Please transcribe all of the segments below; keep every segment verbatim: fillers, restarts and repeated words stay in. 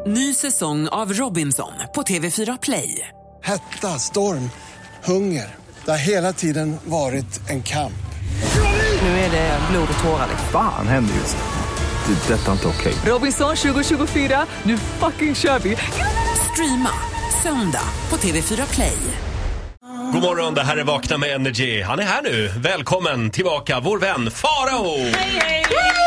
Ny säsong av Robinson på T V fyra Play. Hetta, storm, hunger. Det har hela tiden varit en kamp. Nu är det blod och tårar. Fan händer just det. Det är detta inte okej. Robinson tjugo tjugofyra, nu fucking kör vi. Streama söndag på T V fyra Play. God morgon, det här är Vakna med Energy. Han är här nu. Välkommen tillbaka, vår vän Farao. Hej, hej!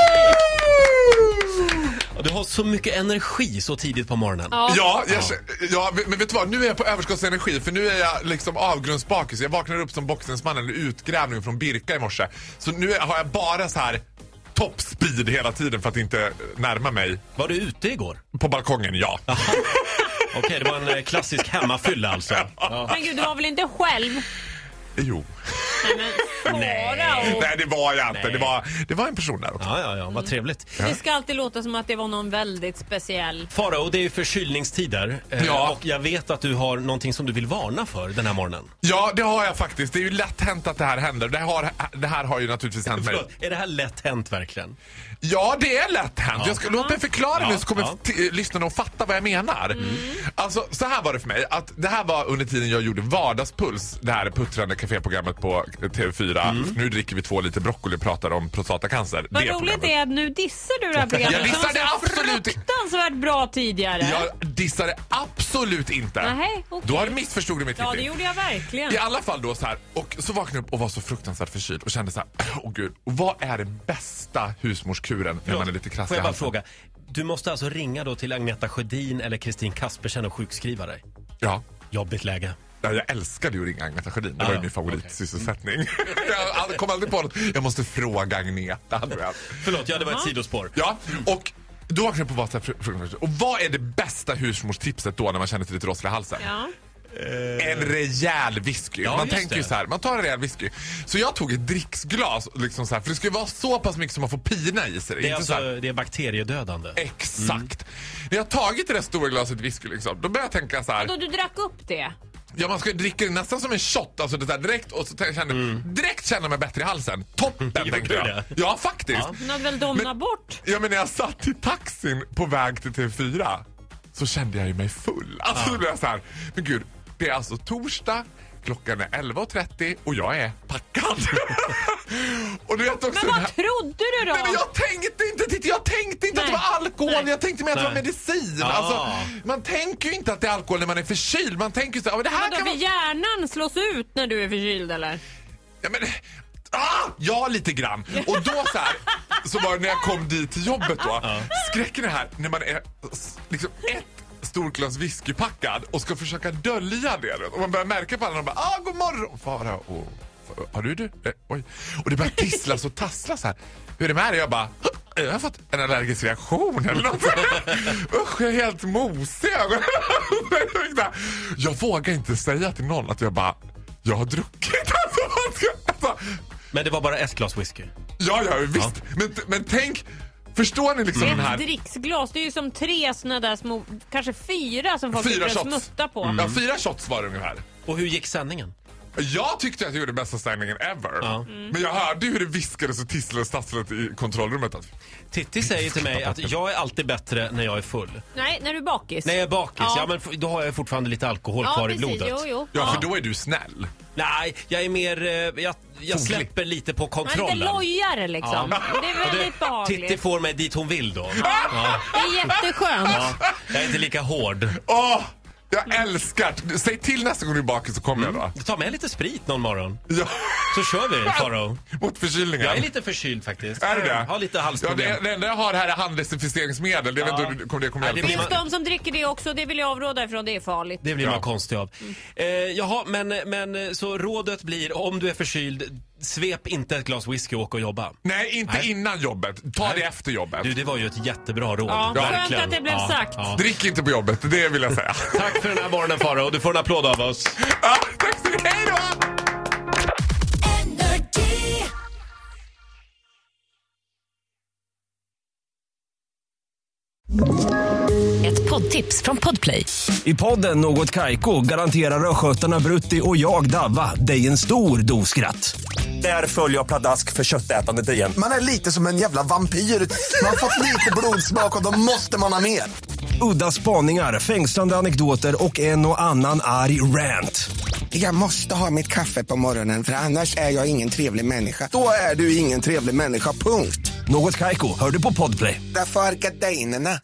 Du har så mycket energi så tidigt på morgonen. Ja, ja, jag, ja, men vet du vad? Nu är jag på överskottsenergi. För nu är jag liksom avgrundsbakis. Jag vaknade upp som boxningsmannen i utgrävning från Birka i morse. Så nu har jag bara så här top speed hela tiden för att inte närma mig. Var du ute igår? På balkongen, ja. Okej, okay, det var en klassisk hemmafylla alltså. Ja. Men gud, du var väl inte själv? Jo. Nej, men Nej. Nej, det var jag inte. Det var, det var en person där också. Ja, ja, ja. Vad trevligt. Det ska alltid låta som att det var någon väldigt speciell. Farao, det är ju förkylningstider. Ja. Och jag vet att du har någonting som du vill varna för den här morgonen. Ja, det har jag faktiskt. Det är ju lätt hänt att det här händer. Det, har, det här har ju naturligtvis hänt mig. Förlåt, är det här lätt hänt verkligen? Ja, det är lätt hänt. Ja. Jag ska, låt mig förklara ja. nu så kommer ja. t- lyssnarna att fatta vad jag menar. Mm. Alltså, så här var det för mig. Att det här var under tiden jag gjorde Vardagspuls, det här puttrande kaféprogrammet på T V fyra. Mm. Nu dricker vi två liter broccoli och pratar om prostatacancer. Vad det roligt är att nu dissar du det här programmet. Jag dissar det absolut inte. Fruktansvärt bra tidigare. Jag dissade absolut inte. Nej, okay. Då har du missförstod du mig. Ja, det gjorde jag verkligen. I alla fall då så här. Och så vaknade jag upp och var så fruktansvärt förkyld och kände så här, åh gud. Och vad är den bästa husmorskuren när man är lite krass Får i jag bara halsen? fråga, du måste alltså ringa då till Agneta Sjödin eller Kristin Kaspersen och sjukskriva dig? Ja. Jobbigt läge. Ja, jag älskade ju att ringa Agneta Sjödin. Det ah, var ju min favoritsysselsättning. Okay. Jag kom aldrig på något. Jag måste fråga Agneta. Förlåt, ja, det var ett sidospår. Ja, och då vaknade jag på vad fr- Och vad är det bästa husmorstipset då när man känner sig lite rosslig i halsen? Ja. En rejäl whisky. Ja, man just tänker ju det. så här, man tar en rejäl whisky. Så jag tog ett dricksglas liksom så här, för det skulle vara så pass mycket som man får pina i sig. Det är, inte alltså, så här, det är bakteriedödande. exakt. Mm. När jag tagit det där stora glaset whisky liksom, då börjar jag tänka så här. Då du drack upp det. Ja, man ska dricka det nästan som en shot, alltså det där direkt, och så t- kände, mm. direkt känner mig bättre i halsen. Toppen, tänkte jag. det? Ja, faktiskt. Ja. Den hade väl domnat bort. Ja, men när jag satt i taxin på väg till T V fyra så kände jag ju mig full. Alltså ja. Då blev jag så här, men gud, det är alltså torsdag, klockan är elva och trettio och jag är packad. Och du vet också men vad här... trodde du då? Nej, men jag tänkte inte, titta, jag tänkte inte Nej. att det var alkohol. Nej. Jag tänkte mer att det var medicin. Ah. Alltså, man tänker ju inte att det är alkohol när man är förkyld. Man tänker ju så här, men det här men då kan för vara... hjärnan slås ut när du är förkyld, eller? Ja, men... Ah, ja, lite grann. Och då så här, så var det när jag kom dit till jobbet då. Ja. Skräcken är här när man är liksom ett stort glas whiskypackad och ska försöka dölja det. Och man börjar märka på alla och bara, ah, god morgon, Farao. Oh, har du du? Eh, oj. Och det börjar tisslas och tasslas här. Hur är det med dig? Jag bara, jag har fått en allergisk reaktion eller något. Usch, jag är helt mosig. Jag vågar inte säga till någon att jag bara, jag har druckit. Alltså, men det var bara ett glas whisky. ja, ja, visst. Ja. Men, men tänk, förstår ni liksom mm. den här... Ett dricksglas, det är ju som tre såna där små, kanske fyra som folk fyra sitter och smutta på. Mm. Ja, fyra shots var det ungefär. Och hur gick sändningen? Jag tyckte att jag gjorde bästa ställningen ever. Ja. Mm. Men jag hörde hur det viskades och tisslade och stasslade i kontrollrummet. Titti säger till mig att jag är alltid bättre när jag är full. Nej, när du är bakis. När jag är bakis, ja, Ja. men f- då har jag fortfarande lite alkohol ja, kvar precis. i blodet. Jo, jo. Ja, för då är du snäll. Nej, jag är mer, eh, jag, jag släpper lite på Man är kontrollen. lite lojare liksom. Ja. Det är väldigt Titti behagligt. får mig dit hon vill då. Ja. Det är jätteskönt. Ja, jag är inte lika hård. Åh, jag älskar. Säg till nästa gång du är bakis så kommer Mm. jag då. Ta med lite sprit någon morgon. Ja. Så kör vi, Farao. Mot förkylningen. Jag är lite förkyld faktiskt. Är du det? Jag har lite Ja, halsproblem. det, det enda jag har här är handdesinficeringsmedel. Det Ja. vet inte om det kommer Nej, det hjälpa. blir Finns man- de som dricker det också, det vill jag avråda ifrån, det är farligt. Det blir Ja. man konstig av. Eh, jaha, men, men så rådet blir, om du är förkyld, svep inte ett glas whisky och åk och jobba. Nej, inte Nej. innan jobbet. Ta Nej. det efter jobbet. Du, det var ju ett jättebra råd. Ja, skönt verkligen. att det blev sagt. Drick inte på jobbet, det vill jag säga. Tack för den här morgonen, Farao. Du får en applåd av oss. Ja, tack så mycket. Hej då! Ett poddtips från Podplay. I podden Något Kaiko garanterar östgötarna Brutti och jag Davva dig en stor dos skratt. Där följer jag pladask för köttätandet igen. Man är lite som en jävla vampyr. Man har fått lite blodsmak och då måste man ha mer. Udda spaningar, fängslande anekdoter och en och annan arg rant. Jag måste ha mitt kaffe på morgonen för annars är jag ingen trevlig människa. Då är du ingen trevlig människa, punkt. Något Kaiko, hör du på Podplay. Därför är gardinerna.